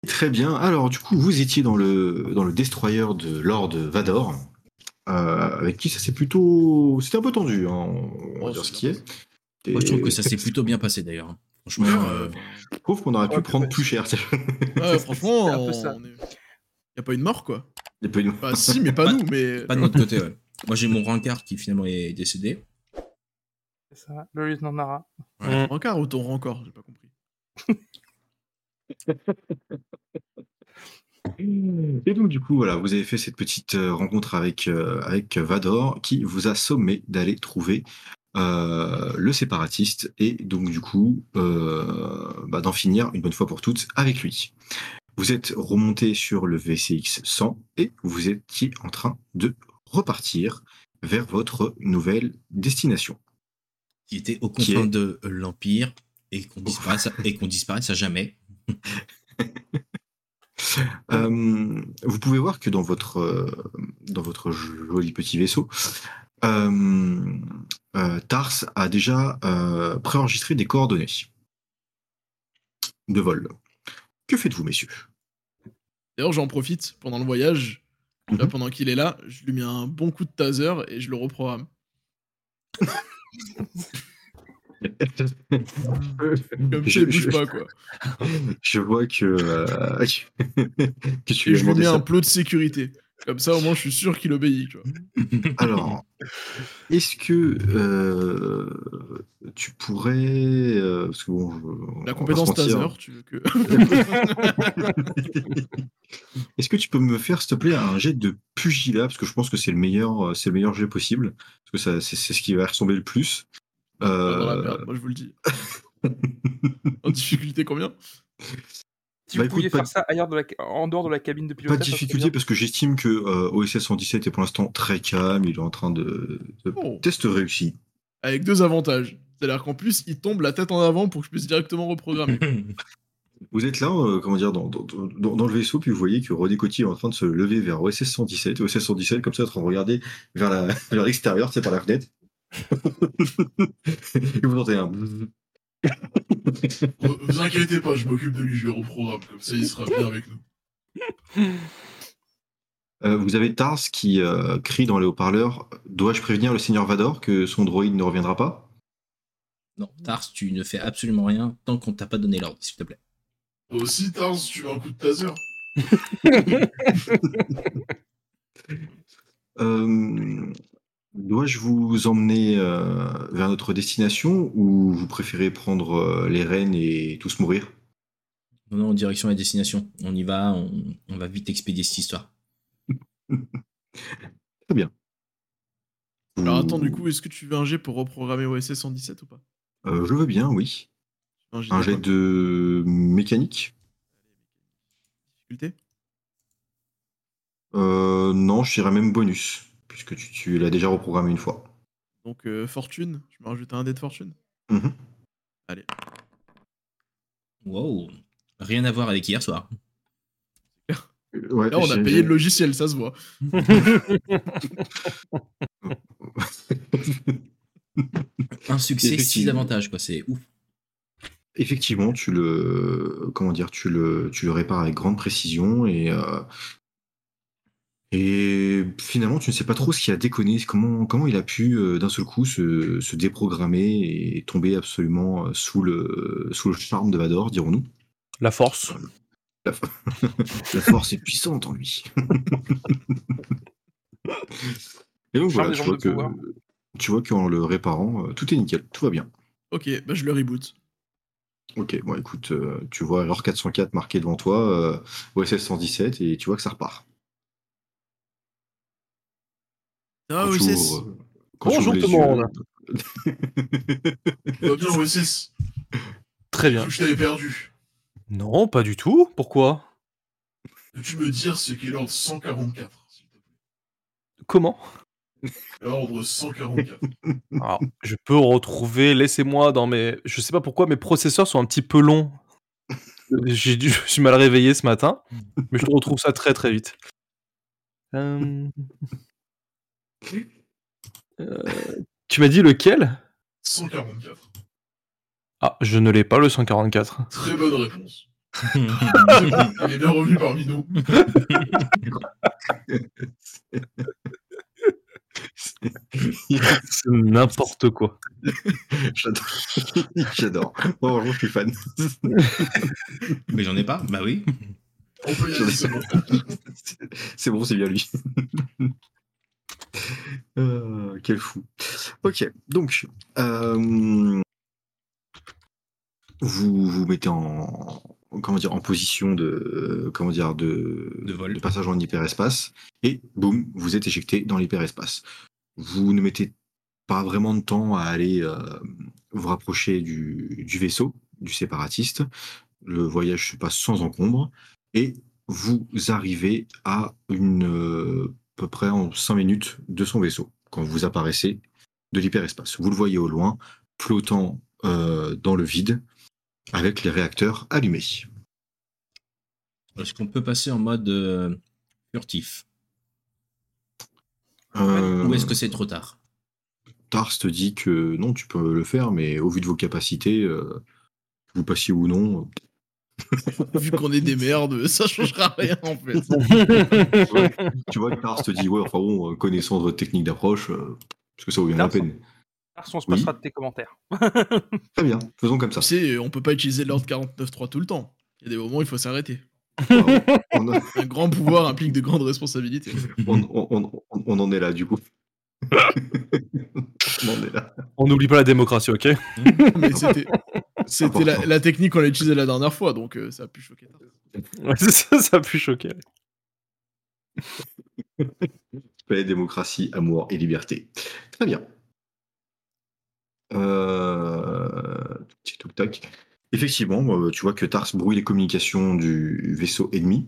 Très bien. Alors, du coup, vous étiez dans le destroyer de Lord Vador, avec qui ça s'est plutôt. C'était un peu tendu, hein, on va Oh, dire c'est ce bien qui est. passé. Moi, je trouve que Et ça s'est plutôt bien passé d'ailleurs. Franchement, Ouais, je trouve qu'on aurait pu prendre plus cher. franchement, C'est un peu ça. y a pas une mort, quoi. Il y a pas une- Bah, si, mais pas nous, mais. pas de notre côté, ouais. Moi, j'ai mon rencard qui finalement est décédé. C'est ça, le lieutenant Nara. Ouais. Rencard ou ton rencor, j'ai pas compris. Et donc, du coup, voilà, vous avez fait cette petite rencontre avec Vador, qui vous a sommé d'aller trouver le séparatiste et donc, du coup, d'en finir une bonne fois pour toutes avec lui. Vous êtes remonté sur le VCX 100 et vous étiez en train de repartir vers votre nouvelle destination. Qui était aux Qui confins est- de l'Empire et qu'on disparaisse à jamais. Vous pouvez voir que dans votre joli petit vaisseau, euh, Tars a déjà préenregistré des coordonnées de vol. Que faites-vous, messieurs? D'ailleurs, j'en profite pendant le voyage. Là, pendant qu'il est là, je lui mets un bon coup de taser et je le reprogramme. Comme ça, il bouge pas, quoi. Je vois que tu Et lui as je lui demandé mets un ça. plot de sécurité. Comme ça, au moins, je suis sûr qu'il obéit, tu vois. Alors, est-ce que tu pourrais, parce que bon, La on va pas se compétence taser, mentir. tu veux que. Est-ce que tu peux me faire, s'il te plaît, un jet de pugilat, parce que je pense que c'est le meilleur jet possible, parce que c'est ce qui va ressembler le plus. Pas dans la merde, moi, je vous le dis. En difficulté, combien? Si Bah vous pouviez écoute, faire ça ailleurs en dehors de la cabine de pas pilotage, de ça serait difficulté bien. parce que j'estime que OSS 117 est pour l'instant très calme, il est en train de Oh. test réussi. Avec deux avantages. C'est-à-dire qu'en plus, il tombe la tête en avant pour que je puisse directement reprogrammer. Vous êtes là, comment dire, dans le vaisseau, puis vous voyez que Rodé Coty est en train de se lever vers OSS 117. OSS 117, comme ça, est en train de regarder vers l'extérieur, c'est par la fenêtre. Et vous entendez un bzzz. Vous inquiétez pas, je m'occupe de lui, je le reprogramme. Comme ça, il sera bien avec nous. Vous avez Tars qui crie dans les haut-parleurs: dois-je prévenir le Seigneur Vador que son droïde ne reviendra pas? Non, Tars, tu ne fais absolument rien tant qu'on t'a pas donné l'ordre, s'il te plaît. Toi aussi, Tars, tu veux un coup de taser? Dois-je vous emmener vers notre destination ou vous préférez prendre les rênes et tous mourir? Non, en direction à la destination. On y va, on va vite expédier cette histoire. Très bien. Alors attends, du Vous- coup, est-ce que tu veux un jet pour reprogrammer OSS 117 ou pas? je veux bien, oui. Un jet Un de jet quoi? de mécanique? Difficulté? Non, je dirais même bonus, puisque tu l'as déjà reprogrammé une fois. Donc, fortune. Je me rajoute un dé de fortune. Mhm. Allez. Wow. Rien à voir avec hier soir. Ouais, Là, on a payé le logiciel, ça se voit. Un succès, 6 Effectivement. avantages, quoi. C'est ouf. Effectivement, comment dire, tu le répares avec grande précision et finalement, tu ne sais pas trop ce qui a déconné, comment il a pu d'un seul coup se déprogrammer et tomber absolument sous le charme de Vador, dirons-nous. La force. La, la force est puissante en lui. Et donc Charme voilà, des jambes de pouvoir. tu vois qu'en le réparant, tout est nickel, tout va bien. Ok, bah je le reboot. Ok, bon écoute, tu vois alors 404 marqué devant toi, OSS 117, et tu vois que ça repart. Ah, Quand tu OSS. ouvres, quand tu ouvres Bonjour les tout le yeux. monde. Va bien, OSS. Très bien. Je t'avais perdu. Non, pas du tout. Pourquoi? Peux-tu me dire ce qu'est l'ordre 144, s'il te plaît? Comment? L'ordre 144. Alors, je peux retrouver, laissez-moi dans mes... Je sais pas pourquoi mes processeurs sont un petit peu longs. Je suis mal réveillé ce matin, mais je te retrouve ça très très vite. Tu m'as dit lequel? 144. Ah, je ne l'ai pas le 144. Très bonne réponse. Il est bien revenu parmi nous. C'est n'importe quoi. J'adore. J'adore. Non, franchement, je suis fan. Mais j'en ai pas. Bah oui. On peut y aller, c'est bon. C'est bon, c'est bien lui. Quel fou. Ok, donc vous vous mettez en position de De vol. de passage en hyperespace et boum, vous êtes éjecté dans l'hyperespace. Vous ne mettez pas vraiment de temps à aller vous rapprocher du vaisseau, du séparatiste. Le voyage se passe sans encombre et vous arrivez à peu près en 5 minutes de son vaisseau quand vous apparaissez de l'hyperespace. Vous le voyez au loin, flottant dans le vide avec les réacteurs allumés. Est-ce qu'on peut passer en mode furtif? Ou est-ce que c'est trop tard? Tars te dit que non, tu peux le faire, mais au vu de vos capacités, vous passiez ou non. Vu qu'on est des merdes, ça changera rien en fait. Tu vois que Tars te dit, ouais, enfin bon, connaissant votre technique d'approche, parce que ça vaut bien la Tars, peine. On se Oui. passera de tes commentaires. Très bien, faisons comme ça. Tu sais, on peut pas utiliser l'ordre 49.3 tout le temps. Il y a des moments où il faut s'arrêter. On, a- Un grand pouvoir implique de grandes responsabilités. on en est là, du coup. On en est là. On n'oublie pas la démocratie, ok? Mais c'était Important. la technique qu'on a utilisée la dernière fois, donc ça a pu choquer. Ouais, ça a pu choquer. Paix, démocratie, amour et liberté. Très bien. Tic-toc-tac. Effectivement, tu vois que Tars brouille les communications du vaisseau ennemi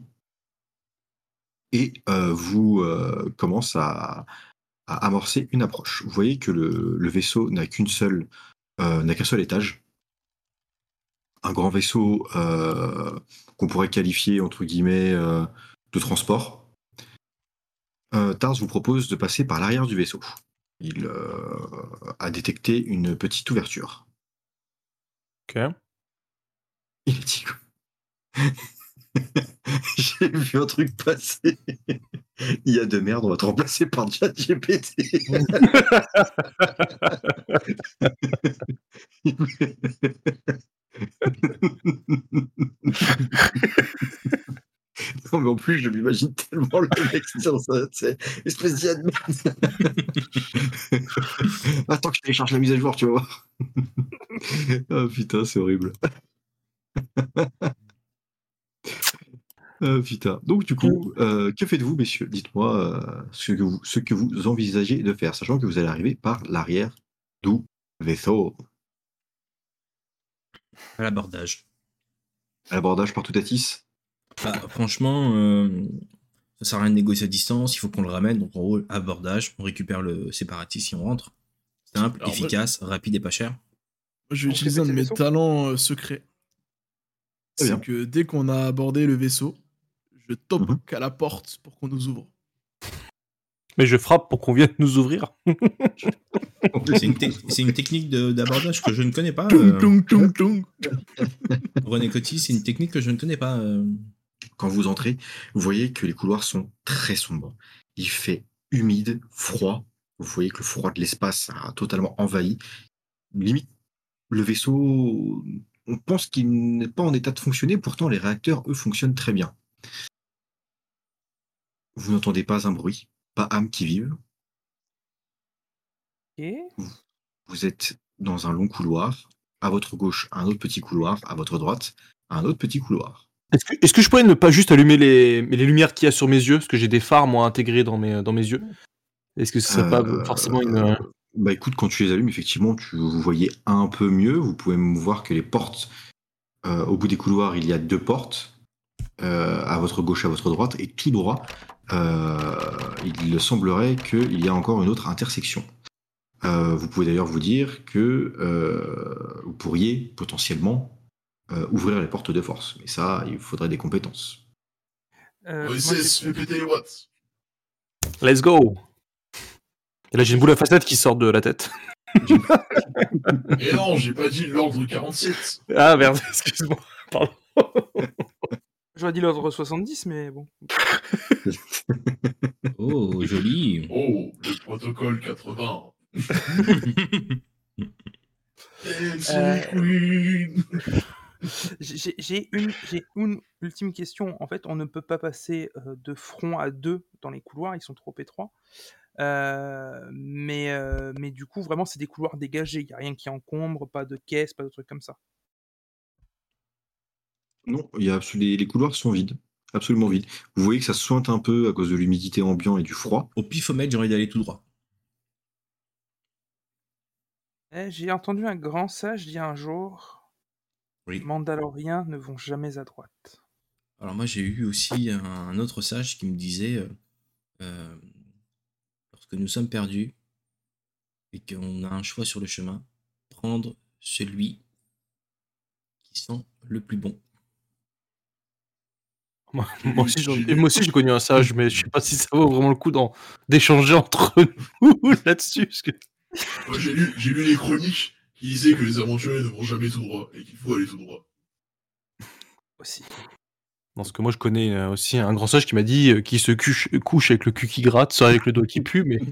et vous commence à amorcer une approche. Vous voyez que le vaisseau n'a qu'un seul étage. Un grand vaisseau qu'on pourrait qualifier entre guillemets de transport. Tars vous propose de passer par l'arrière du vaisseau. Il a détecté une petite ouverture. Ok. Il a dit quoi? J'ai vu un truc passer. Il y a de merde, on va te remplacer par ChatGPT. Non, mais en plus, je m'imagine tellement le mec dire ça, c'est espèce d'IA de merde. Attends que je télécharge la mise à jour, tu vas voir. Oh putain, c'est horrible. Putain. Donc, du coup, que faites-vous, messieurs? Dites-moi ce que vous envisagez de faire, sachant que vous allez arriver par l'arrière du vaisseau. À l'abordage. À l'abordage par Toutatis. Bah, franchement, ça sert à rien de négocier à distance, il faut qu'on le ramène. Donc en gros, abordage, on récupère le séparatiste si on rentre. Simple, Alors, efficace, rapide et pas cher. Je vais On utiliser fait un de péter le mes vaisseau talents secrets. Très bien. C'est que dès qu'on a abordé le vaisseau, je toque Mhm. à la porte pour qu'on nous ouvre. Mais je frappe pour qu'on vienne nous ouvrir. C'est une technique d'abordage que je ne connais pas. Toum, toum, toum, toum. René Coty, c'est une technique que je ne connais pas. Quand vous entrez, vous voyez que les couloirs sont très sombres. Il fait humide, froid. Vous voyez que le froid de l'espace a totalement envahi. Limite, le vaisseau, on pense qu'il n'est pas en état de fonctionner, pourtant les réacteurs, eux, fonctionnent très bien. Vous n'entendez pas un bruit, pas âme qui vive. Et Vous êtes dans un long couloir. À votre gauche, un autre petit couloir. À votre droite, un autre petit couloir. Est-ce que je pourrais ne pas juste allumer les lumières qu'il y a sur mes yeux? Parce que j'ai des phares, moi, intégrés dans mes yeux. Est-ce que ce serait pas forcément une... Bah écoute, quand tu les allumes, effectivement, vous voyez un peu mieux. Vous pouvez même voir que les portes, au bout des couloirs, il y a 2 portes, à votre gauche, à votre droite, et tout droit, il semblerait qu'il y a encore une autre intersection. Vous pouvez d'ailleurs vous dire que vous pourriez potentiellement ouvrir les portes de force. Mais ça, il faudrait des compétences. moi, OSS, fais péter les watts. Let's go! Et là, j'ai une boule à facettes qui sort de la tête. Et non, j'ai pas dit l'ordre 47. Ah merde, excuse-moi. Pardon. J'aurais dit l'ordre 70, mais bon. Oh, joli. Oh, le protocole 80. Dancing Queen. J'ai une ultime question. En fait, on ne peut pas passer de front à deux dans les couloirs, ils sont trop étroits. Mais du coup, vraiment, c'est des couloirs dégagés. Il n'y a rien qui encombre, pas de caisse, pas de trucs comme ça. Non, les couloirs sont vides, absolument vides. Vous voyez que ça sointe un peu à cause de l'humidité ambiante et du froid. Au pifomètre, j'ai envie d'aller tout droit. J'ai entendu un grand sage dire un jour, Oui. les Mandaloriens ne vont jamais à droite. Alors moi, j'ai eu aussi un autre sage qui me disait, lorsque nous sommes perdus et qu'on a un choix sur le chemin, prendre celui qui sent le plus bon. Moi aussi, j'ai connu un sage, mais je sais pas si ça vaut vraiment le coup d'échanger entre nous là-dessus. Parce que... Moi, j'ai lu les chroniques qui disaient que les aventuriers ne vont jamais tout droit et qu'il faut aller tout droit. Aussi. Parce que moi, je connais aussi un grand sage qui m'a dit qu'il se couche avec le cul qui gratte, soit avec le doigt qui pue, mais...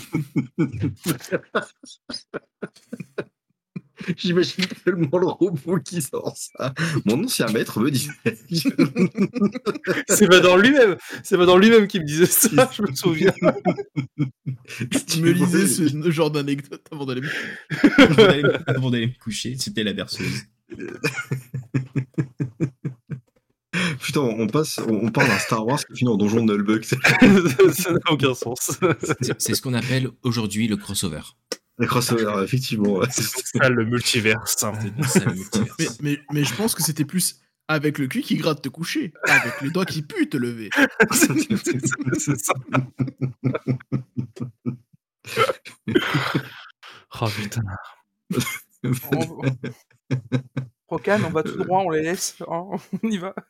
J'imagine tellement le robot qui sort ça. Mon ancien maître me disait. C'est pas dans lui-même qui me disait ça, je me souviens. Tu me lisais ce genre d'anecdote avant d'aller me Avant d'aller me coucher, c'était la berceuse. Putain, on parle d'un Star Wars qui finit en donjon de Nullbug. Ça n'a aucun sens. C'est ce qu'on appelle aujourd'hui le crossover. Le crossover, effectivement. Ouais. C'est ça le multiverse. Ça, le multiverse. mais je pense que c'était plus avec le cul qui gratte te coucher, avec les doigts qui puent te lever. C'est ça. Oh putain. Rocan, on va tout droit, on les laisse. Hein, on y va.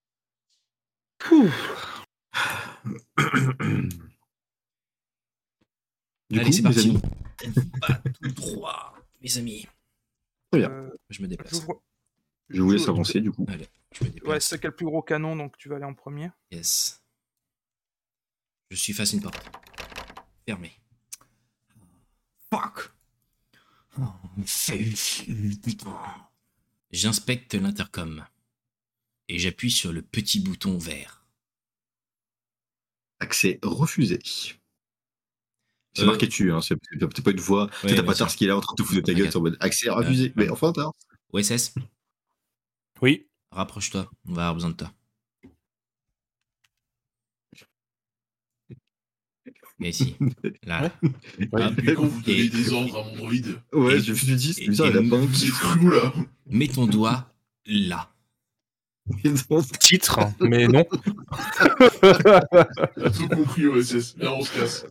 Allez, c'est parti. On va tout droit, mes amis. Très bien. Je me déplace. Je vous laisse avancer, du coup. Allez, je me déplace. Ouais, c'est toi qui as le plus gros canon, donc tu vas aller en premier. Yes. Je suis face à une porte. Fermée. Fuck. Oh, putain. J'inspecte l'intercom. Et j'appuie sur le petit bouton vert. Accès refusé. C'est marqué dessus, hein. C'est pas une voix. Ouais, T'as pas tard ce qu'il est en train de te foutre de ta gueule. En mode accès refusé. Mais enfin, t'as. OSS, Oui. rapproche-toi. On va avoir besoin de toi. Viens ici. Là. Ouais. Hop. Et quand vous donnez Et- des ordres à mon droïde, Ouais, Et- je me suis dit, c'est et- bizarre, et- il a pas un vous êtes chelou là. Mets ton doigt là. Titre, mais non. T'as tout compris, OSS. Là, on se casse.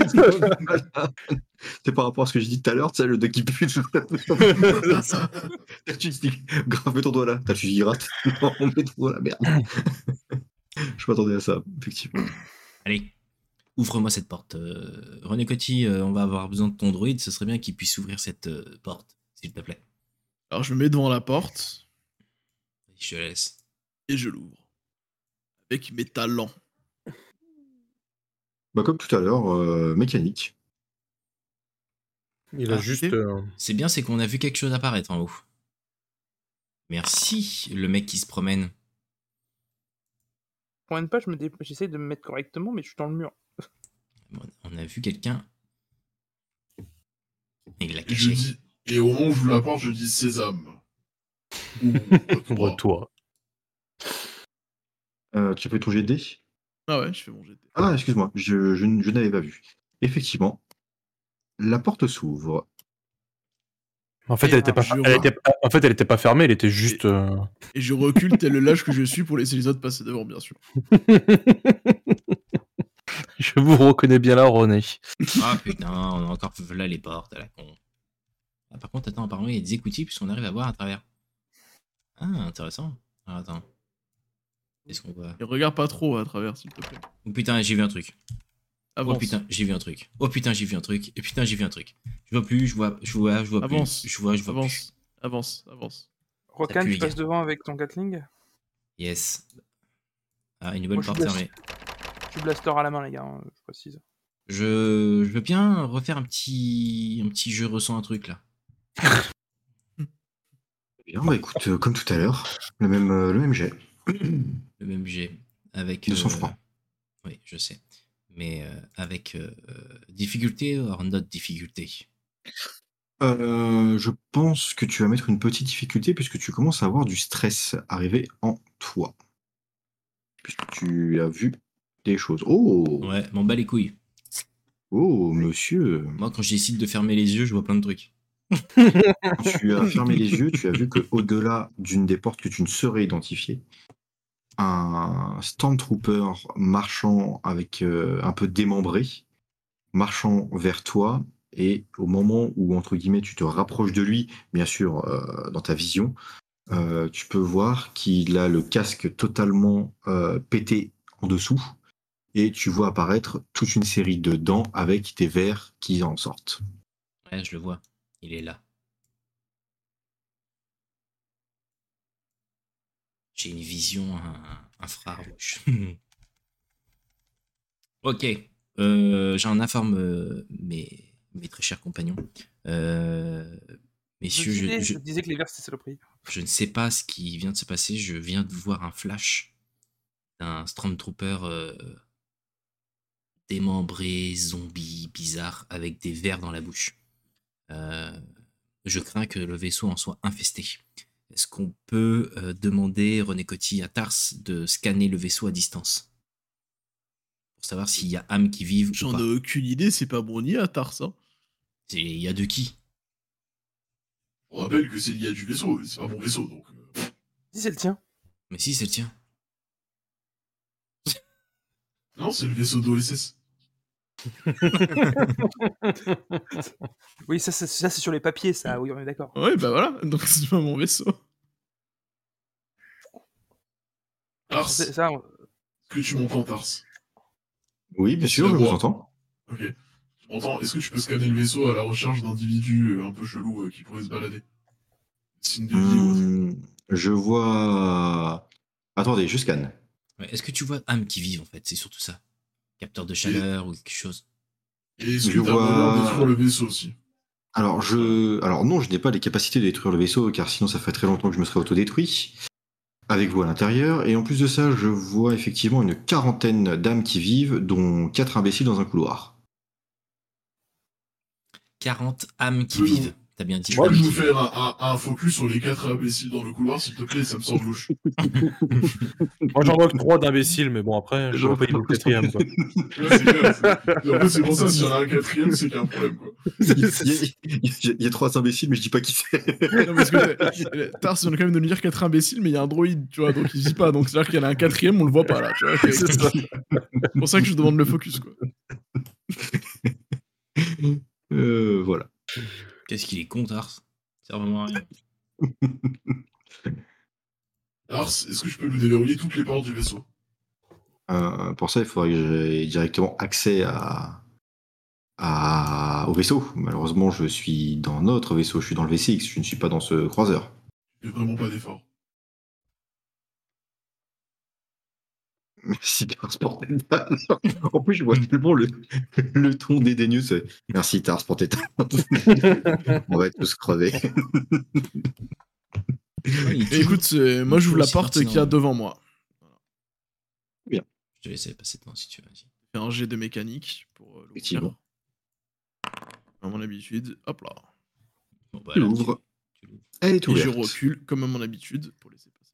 C'est par rapport à ce que j'ai dit tout à l'heure, tu sais, le doigt qui pue. Tu dis, grave, mets ton doigt là. T'as le fusil qui gratte. Non, mets ton doigt là, merde. Je m'attendais à ça, effectivement. Allez, ouvre-moi cette porte. René Coty, on va avoir besoin de ton droïde. Ce serait bien qu'il puisse ouvrir cette porte, s'il te plaît. Alors je me mets devant la porte Je te laisse. et je l'ouvre. Avec mes talents. Bah, comme tout à l'heure, mécanique. Il a Ah, juste... C'est bien, c'est qu'on a vu quelque chose apparaître en haut. Merci, le mec qui se promène. Combien de pas, j'essaie de me mettre correctement, mais je suis dans le mur. On a vu quelqu'un. Et il l'a Et je caché. dis, et au moment où j'ouvre la porte, je dis Sésame. Ouvre-toi. Tu as fait ton jet de dés? Ah ouais, je fais mon GT. Ah, excuse-moi, je n'avais pas vu. Effectivement, la porte s'ouvre. En fait, Et elle était pas, je elle était pas fermée, elle était juste... Et je recule tel le lâche que je suis pour laisser les autres passer devant, bien sûr. Je vous reconnais bien là, René. Ah putain, on a encore là les portes à la con. Ah, par contre, attends, apparemment, il y a des écoutilles puisqu'on arrive à voir à travers. Ah, intéressant. Alors, attends. Qu'est-ce qu'on voit? Et regarde pas trop à travers, s'il te plaît. Oh putain, j'ai vu un truc. Avance. Oh putain, j'ai vu un truc. Oh putain, j'ai vu un truc. Et putain, j'ai vu un truc. Je vois plus, je vois Avance. plus. Je vois plus. Avance. Rocan, pue, tu les gars. passes devant avec ton Gatling. Yes. Ah, une nouvelle Moi, je porte suis fermée. Je suis blaster à la main, les gars, hein, je précise. Je veux bien refaire un petit jeu ressent un truc là. Bien, bah écoute, comme tout à l'heure, le même jet. Le même jet. Avec. De sang-froid. Oui, je sais. Mais avec difficulté or not difficulté. Je pense que tu vas mettre une petite difficulté puisque tu commences à avoir du stress arriver en toi. Puisque tu as vu des choses. Oh, Ouais, m'en bats les couilles. oh, monsieur. Moi, quand je décide de fermer les yeux, je vois plein de trucs. Tu as fermé les yeux, tu as vu qu'au-delà d'une des portes que tu ne saurais identifier, un Stormtrooper marchant avec un peu démembré, marchant vers toi, et au moment où, entre guillemets, tu te rapproches de lui, bien sûr, dans ta vision, tu peux voir qu'il a le casque totalement pété en dessous, et tu vois apparaître toute une série de dents avec des vers qui en sortent. Ouais, je le vois. Il est là. J'ai une vision infrarouge. Ok. J'en informe mes très chers compagnons. Messieurs, Je disais que les verts, c'est saloperie. je ne sais pas ce qui vient de se passer. Je viens de voir un flash d'un Stormtrooper démembré, zombie, bizarre, avec des vers dans la bouche. Je crains que le vaisseau en soit infesté. Est-ce qu'on peut demander, René Coty, à Tars de scanner le vaisseau à distance pour savoir s'il y a âme qui vive ou J'en pas? ai aucune idée, c'est pas Brony à Tars, hein. Il y a de qui? On rappelle que c'est lié à du vaisseau, c'est pas mon vaisseau, donc... Si, c'est le tien. Mais si, c'est le tien. Non, c'est le vaisseau d'OSS. Oui, ça c'est sur les papiers, ça, oui, on est d'accord. Ouais, bah voilà, donc c'est pas mon vaisseau. Tars, C'est ça, est-ce que tu m'entends, Tars? Oui, bien sûr, je vous entends. Ok. Tu m'entends? Est-ce que tu peux scanner le vaisseau à la recherche d'individus un peu chelous qui pourraient se balader? Signe de vie ou autre. Je vois... Attendez, je scanne. Ouais, est-ce que tu vois âme qui vive en fait? C'est surtout ça. Capteur de chaleur ou quelque chose. Et est-ce Je que t'as moyen de vois- détruire le vaisseau aussi? Alors, non, je n'ai pas les capacités de détruire le vaisseau, car sinon ça fait très longtemps que je me serais autodétruit. Avec vous à l'intérieur. Et en plus de ça, je vois effectivement une quarantaine d'âmes qui vivent, dont 4 imbéciles dans un couloir. 40 âmes qui Oui, vivent. T'as bien dit. Tu peux âmes qui nous vivent. faire un focus sur les 4 imbéciles dans le couloir, s'il te plaît, ça me semble louche. Moi, j'en vois que 3 d'imbéciles, mais bon, après, je vois pas le quatrième, quoi. Ouais, c'est clair. Et en fait, c'est pour ça, s'il y en a un quatrième, c'est qu'il y a un problème, quoi. Il y a 3 imbéciles, mais je dis pas qui c'est. Non, parce que Tars vient quand même de nous dire 4 imbéciles, mais il y a un droïde, tu vois, donc il vit pas. Donc c'est-à-dire qu'il y en a un quatrième, on le voit pas là, tu vois. C'est ça. C'est pour ça que je demande le focus, quoi. Voilà. Qu'est-ce qu'il est con, Tars? Ça sert vraiment à rien. Alors, est-ce que je peux nous déverrouiller toutes les portes du vaisseau? Pour ça, il faudrait que j'ai directement accès au vaisseau. Malheureusement, je suis dans notre vaisseau, je suis dans le VCX, je ne suis pas dans ce croiseur. J'ai vraiment pas d'effort. Merci Tars pour tes talents. En plus, je vois tellement le ton dédaigneux. C'est merci Tars pour tes talents. On va tous crever. Ouais, Et écoute, moi j'ouvre la aussi porte pertinent. qu'il y a devant moi. Je te laisse passer devant si tu veux. Vas-y. Fais un jet de mécanique pour l'ouvrir. Effectivement. À mon habitude, hop là. Bon, bah, Tu là, l'ouvres. tu l'ouvres. Elle est Et je ouverte. recule, comme à mon habitude, pour laisser passer.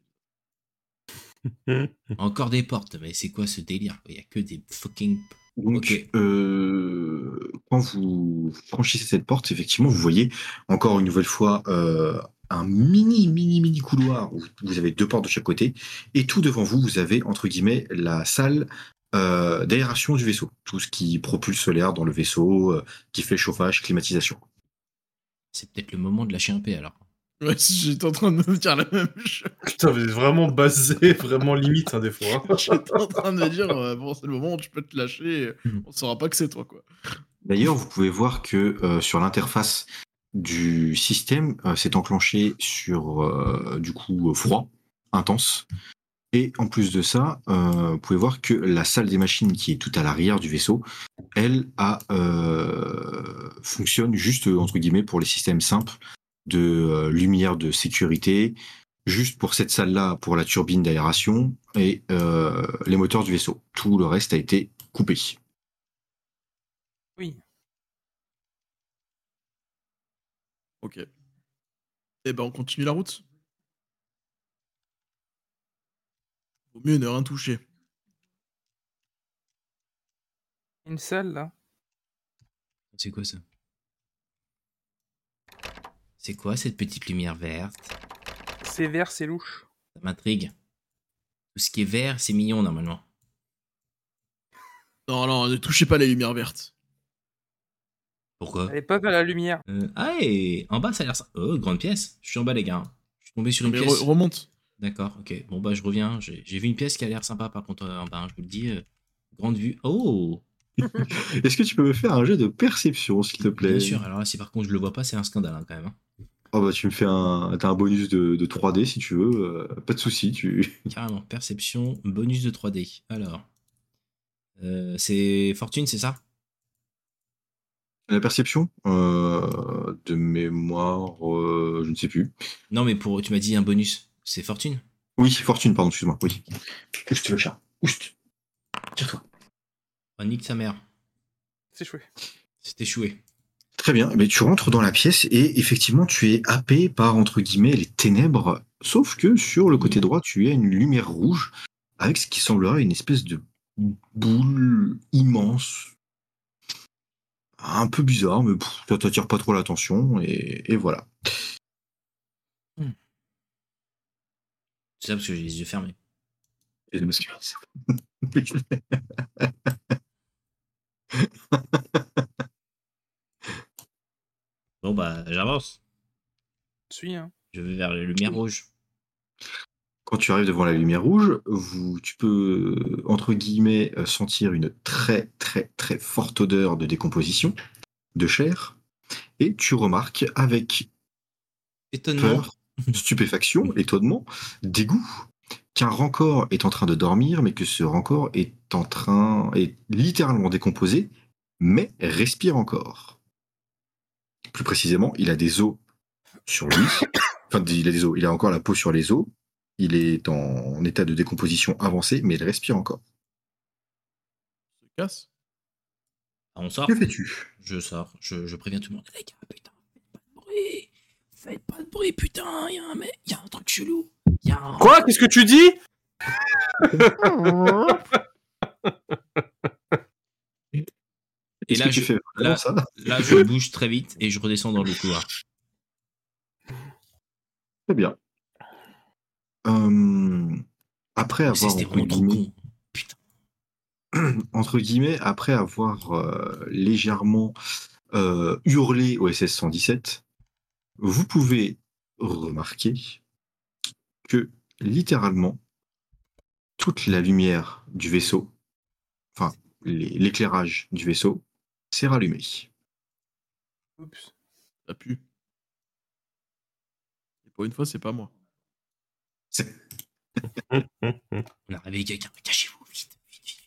Encore des portes, mais c'est quoi ce délire? Il y a que des fucking. Donc, Ok. quand vous franchissez cette porte, effectivement, vous voyez encore une nouvelle fois un mini couloir où vous avez 2 portes de chaque côté, et tout devant vous, vous avez entre guillemets la salle d'aération du vaisseau, tout ce qui propulse l'air dans le vaisseau, qui fait chauffage, climatisation. C'est peut-être le moment de lâcher un P alors. Ouais, si j'étais en train de me dire la même chose. Putain, mais vraiment basé, vraiment limite, hein, des fois. J'étais en train de me dire, bon, c'est le moment où tu peux te lâcher, on saura pas que c'est toi, quoi. D'ailleurs, vous pouvez voir que sur l'interface du système, c'est enclenché sur du coup froid, intense. Et en plus de ça, vous pouvez voir que la salle des machines qui est tout à l'arrière du vaisseau, elle fonctionne juste entre guillemets pour les systèmes simples de lumière de sécurité, juste pour cette salle-là, pour la turbine d'aération et les moteurs du vaisseau. Tout le reste a été coupé. Oui. Ok. Eh ben, on continue la route. Vaut mieux ne rien toucher. Une salle, là. C'est quoi ça? C'est quoi cette petite lumière verte? C'est vert, c'est louche. Ça m'intrigue. Tout ce qui est vert, c'est mignon normalement. Non, non, ne touchez pas les lumières vertes. Pourquoi? Elle est pas vers la lumière. Ah, et en bas, ça a l'air ça. Oh, grande pièce. Je suis en bas, les gars. Je suis tombé sur Non, une mais pièce. remonte. D'accord, ok. Bon, bah, je reviens. J'ai vu une pièce qui a l'air sympa, par contre, en bas, hein, je vous le dis. Grande vue. Oh! Est-ce que tu peux me faire un jet de perception, s'il te plaît? Bien sûr. Alors là, si par contre je le vois pas, c'est un scandale, hein, quand même. Hein. Oh bah tu me fais t'as un bonus de 3D si tu veux, pas de souci. Carrément. Perception, bonus de 3D. Alors. C'est fortune, c'est ça? La perception, de mémoire, je ne sais plus. Non, mais tu m'as dit un bonus. C'est fortune? Oui, fortune, pardon, excuse-moi. Oui. Oust le chat. Oust. Tire-toi. Oh, nique sa mère. C'est chouette. C'est échoué. Très bien, mais tu rentres dans la pièce et effectivement tu es happé par entre guillemets les ténèbres, sauf que sur le côté droit tu as une lumière rouge avec ce qui semblerait une espèce de boule immense, un peu bizarre, mais ça t'attire pas trop l'attention et voilà. C'est ça parce que j'ai les yeux fermés. Et parce que- Bon, bah, j'avance. Suis, hein. Je vais vers les lumières rouges. Quand tu arrives devant la lumière rouge, tu peux, entre guillemets, sentir une très très très forte odeur de décomposition, de chair, et tu remarques avec Étonnement. peur, stupéfaction, étonnement, dégoût, qu'un rancor est en train de dormir, mais que ce rancor est littéralement décomposé, mais respire encore. Plus précisément, il a des os sur lui, enfin, il a des os, il a encore la peau sur les os, il est en état de décomposition avancée, mais il respire encore. Se casse. Ah, on sort. Que fais-tu? Je sors. Je préviens tout le monde. Les gars, putain, faites pas de bruit. Faites pas de bruit, putain. Il y a un truc chelou. Quoi? Qu'est-ce que tu dis? Et là, tu fais vraiment ça? là, je bouge très vite et je redescends dans le couloir. Très bien. Après Mais avoir c'était vraiment trop con. Putain. entre guillemets, après avoir légèrement hurlé au SS 117, vous pouvez remarquer que littéralement toute la lumière du vaisseau, enfin l'éclairage du vaisseau, s'est rallumé. Oups. Ça pue. Et pour une fois, c'est pas moi. On a réveillé quelqu'un. Cachez-vous, vite, vite, vite.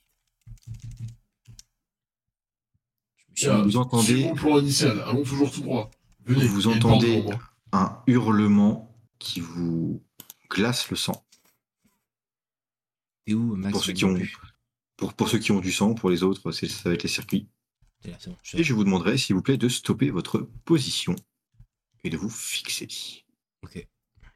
Vous entendez- Suivons le plan initial, allons toujours tout droit. Venez, Vous il y a une porte entendez devant moi. un hurlement qui vous glace le sang. T'es où, Max? Pour ceux Je qui vois ont- plus. Pour ceux qui ont du sang, pour les autres, ça va être les circuits. T'es là, c'est bon. Et je vous demanderai, s'il vous plaît, de stopper votre position et de vous fixer. Ok.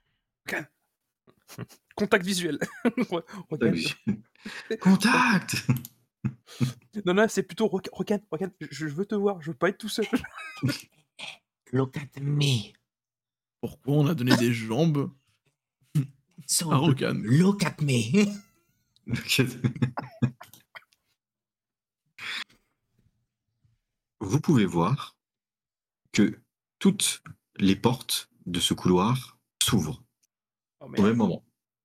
Contact visuel. Regarde. Contact! Non, non, c'est plutôt regarde. Je veux te voir, je veux pas être tout seul. Look at me. Pourquoi on a donné des jambes So, à Rokan? look at me. Vous pouvez voir que toutes les portes de ce couloir s'ouvrent Oh, au merde. même moment.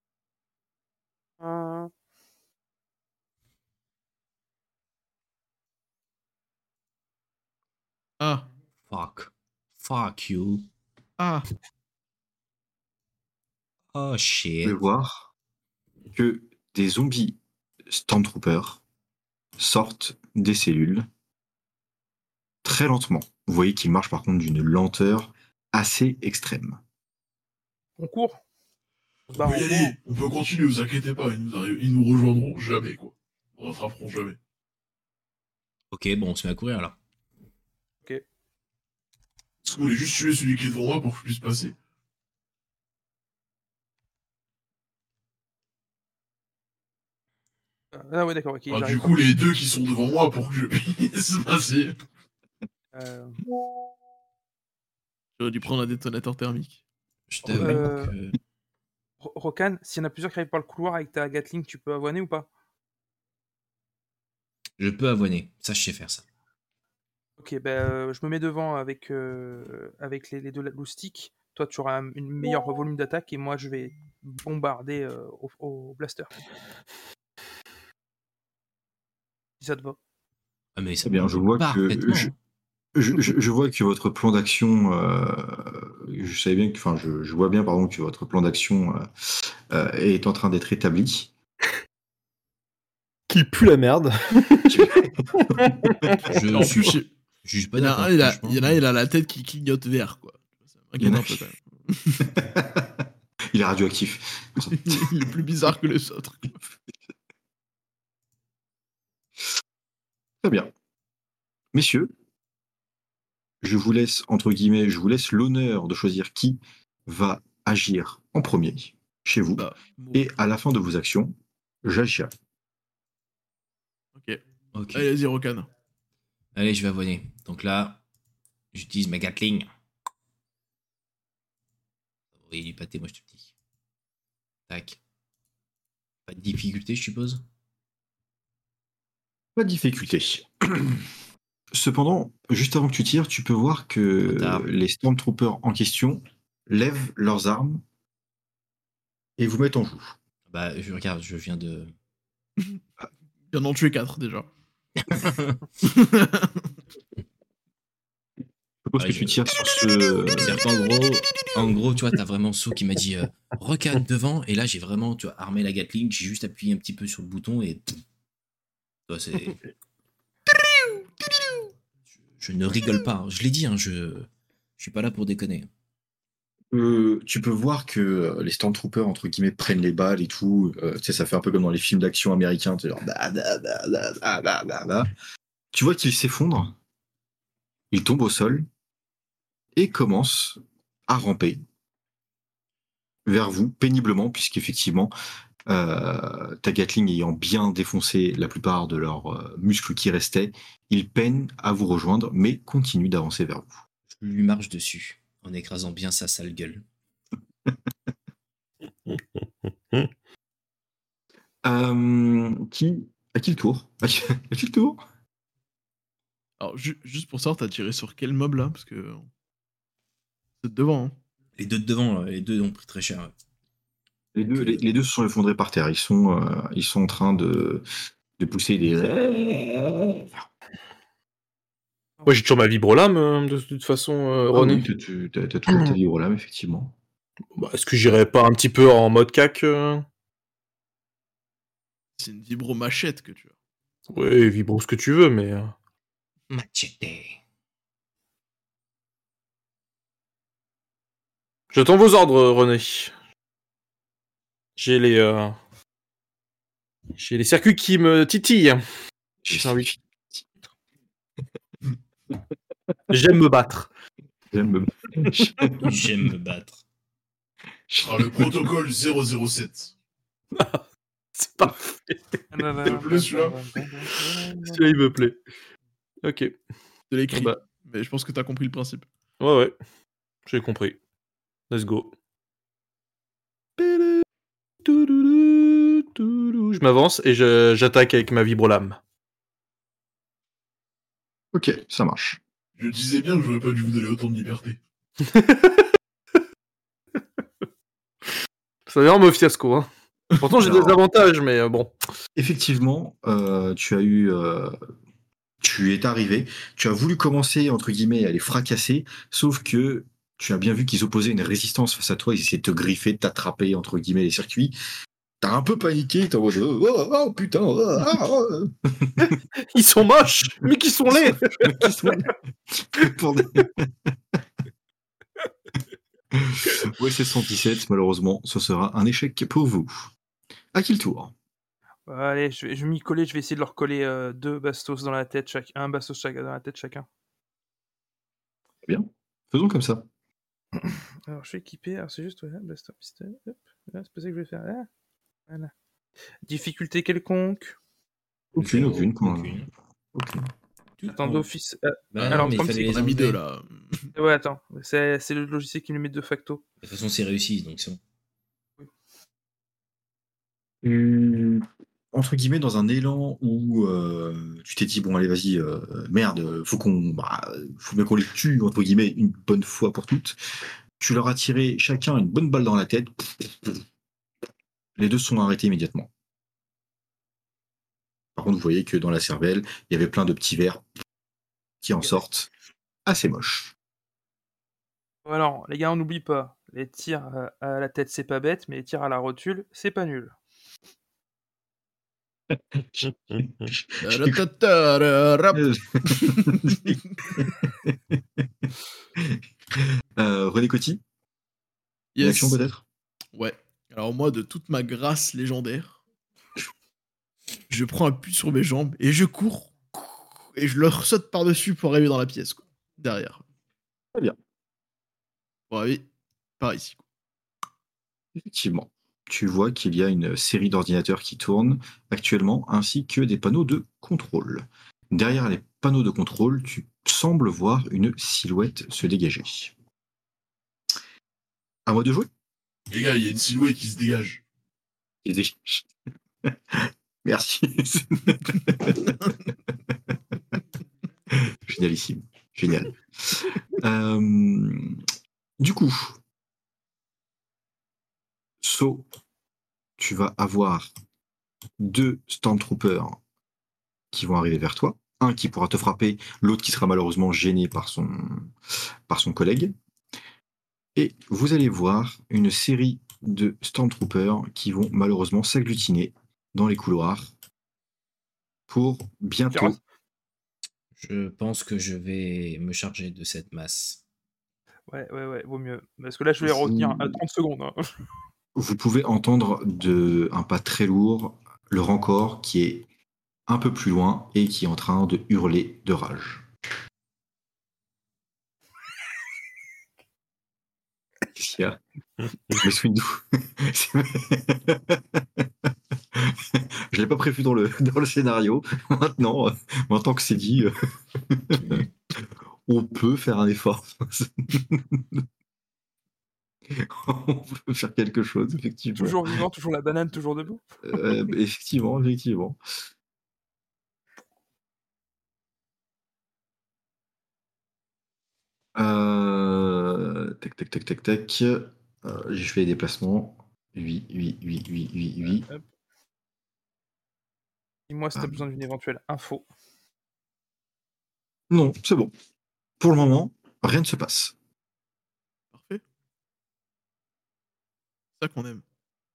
Ah, Fuck you. ah. Oh Vous shit. pouvez voir que des zombies Stormtroopers sortent des cellules très lentement. Vous voyez qu'ils marchent par contre d'une lenteur assez extrême. On court. On Bah, peut y aller, on peut continuer, vous inquiétez pas, ils nous rejoindront jamais, quoi. Ils nous rattraperont jamais. Ok, bon, on se met à courir là. Est-ce que vous voulez juste tuer celui qui est devant moi pour que je puisse passer? Ah ouais, d'accord, ok. Enfin, j'arrive du coup, les deux qui sont devant moi pour que je puisse passer. pas. J'aurais dû prendre un détonateur thermique. Je t'avoue Euh, que. Rokan, s'il y en a plusieurs qui arrivent par le couloir avec ta Gatling, tu peux avoiner ou pas? Je peux avoiner. Ça, je sais faire ça. Ok, ben je me mets devant avec les deux loustiques. Toi, tu auras un meilleur volume d'attaque et moi, je vais bombarder au blaster. Si ça te va. Ah, mais ça Eh bien, me je vois que parfaitement. je vois que votre plan d'action, je savais bien que, enfin, je vois bien, pardon, que votre plan d'action est en train d'être établi. Qui pue la merde. Je En suis plus, je suis pas il y en a d'accord. un, il a, franchement. il y en a un, il a la tête qui clignote vert, quoi. Ça Il y m'inquiète en a un peu quand même. Il est radioactif. Il est plus bizarre que les autres. Très bien. Messieurs, je vous laisse, entre guillemets, je vous laisse l'honneur de choisir qui va agir en premier chez vous. Bah, bon, Et à la fin de vos actions, j'agirai. ok. Ok. Allez, vas-y, Rokan. Allez, je vais avoiner. Donc là, j'utilise ma Gatling. Oui, du pâté, moi je te dis. Tac. Pas de difficulté, je suppose. Pas de difficulté. Cependant, juste avant que tu tires, tu peux voir que Trop tard. les Stormtroopers en question lèvent leurs armes et vous mettent en joue. Bah, je regarde, je viens de. Il vient d'en tuer 4 déjà. Je propose Ouais, que tu tires sur ce... C'est-à-dire qu'en gros, tu vois, t'as vraiment So qui m'a dit Rokan devant, et là j'ai vraiment, tu vois, armé la Gatling, j'ai juste appuyé un petit peu sur le bouton et. Tu vois, c'est. Je ne rigole pas, hein. Je l'ai dit, hein, je suis pas là pour déconner. Tu peux voir que les Stormtroopers, entre guillemets, prennent les balles et tout. Tu sais, ça fait un peu comme dans les films d'action américains. Tu sais, genre, bah. Tu vois qu'ils s'effondrent, ils tombent au sol et commencent à ramper vers vous péniblement, puisqu'effectivement, ta Gatling ayant bien défoncé la plupart de leurs muscles qui restaient, ils peinent à vous rejoindre, mais continuent d'avancer vers vous. Je lui marche dessus, en écrasant bien sa sale gueule. À qui le tour? À qui le tour? Alors, juste pour savoir, t'as tiré sur quel mob là? Parce que. C'est devant, hein. Les deux de devant, là, les deux ont pris très cher. Les deux se sont effondrés par terre. Ils sont en train de pousser des... Moi, j'ai toujours ma vibrolame, de toute façon, René. Oui, t'as toujours ta vibrolame, effectivement. Bah, est-ce que j'irais pas un petit peu en mode cac C'est une vibro machette que tu as. Ouais, vibro ce que tu veux, mais... Machete. J'attends vos ordres, René. J'ai les circuits qui me titillent. J'ai envie. J'aime me battre. J'aime me... J'aime me battre. Ah, le protocole 007. C'est parfait. te plaît, celui-là? Celui-là, il me plaît. Ok. De l'écrit. Bah. Mais je pense que t'as compris le principe. Ouais. J'ai compris. Let's go. Je m'avance et j'attaque avec ma vibrolame. Ok, ça marche. Je disais bien que j'aurais pas dû vous donner autant de liberté. Ça vient me fiasco, hein. Pourtant, j'ai des avantages, mais bon. Effectivement, tu es arrivé, tu as voulu commencer, entre guillemets, à les fracasser, sauf que tu as bien vu qu'ils opposaient une résistance face à toi, ils essaient de te griffer, de t'attraper, entre guillemets, les circuits. T'as un peu paniqué, t'es en mode oh putain, Ils sont moches, mais qui sont laids. Qui sont pour des- Ouais, c'est 117, malheureusement, ce sera un échec pour vous. À qui le tour? Allez, je vais m'y coller, je vais essayer de leur coller 2 bastos dans la tête, un bastos dans la tête chacun. Bien, faisons comme ça. Alors, je suis équipé, alors c'est juste, ouais, bastos, pistolet, hop, là, c'est pas ça que je vais faire, là. Voilà. Difficulté quelconque. Aucune. Aucune. Attends, d'office. Bah alors, non, mais il comme fallait c'est. les On a mis enlever. 2 là. Ouais, attends, c'est le logiciel qui me le met de facto. De toute façon, c'est réussi, donc c'est bon. Entre guillemets, dans un élan où tu t'es dit, bon, allez, vas-y, merde, faut bien qu'on les tue, entre guillemets, une bonne fois pour toutes. Tu leur as tiré chacun une bonne balle dans la tête. Les deux se sont arrêtés immédiatement. Par contre, vous voyez que dans la cervelle, il y avait plein de petits vers qui en sortent. Assez moche. Alors, les gars, on n'oublie pas, les tirs à la tête, c'est pas bête, mais les tirs à la rotule, c'est pas nul. René Coty, une Yes. action peut-être? Ouais. Alors moi, de toute ma grâce légendaire, je prends appui sur mes jambes et je cours et je leur saute par-dessus pour arriver dans la pièce, quoi. Derrière. Très bien. Pour arriver par ici, quoi. Effectivement. Tu vois qu'il y a une série d'ordinateurs qui tournent actuellement, ainsi que des panneaux de contrôle. Derrière les panneaux de contrôle, tu sembles voir une silhouette se dégager. À moi de jouer? Les gars, il y a une silhouette qui se dégage. Il se dégage. Merci. Génialissime. Génial. Du coup, So, tu vas avoir 2 Stormtroopers qui vont arriver vers toi. Un qui pourra te frapper, l'autre qui sera malheureusement gêné par son collègue. Et vous allez voir une série de Stormtroopers qui vont malheureusement s'agglutiner dans les couloirs pour bientôt. Je pense que je vais me charger de cette masse. Ouais, vaut mieux. Parce que là, je vais les retenir à 30 secondes. Hein. Vous pouvez entendre un pas très lourd, le Rancor qui est un peu plus loin et qui est en train de hurler de rage. Qu'est-ce qu'il y a? Le Swindou. Je l'ai pas prévu dans le scénario. Maintenant que c'est dit, on peut faire un effort. On peut faire quelque chose, effectivement. Toujours vivant, toujours la banane, toujours debout. Effectivement. Tac. J'ai fait les déplacements. 8. Dis-moi si t'as besoin d'une éventuelle info. Non, c'est bon. Pour le moment, rien ne se passe. Parfait. C'est ça qu'on aime.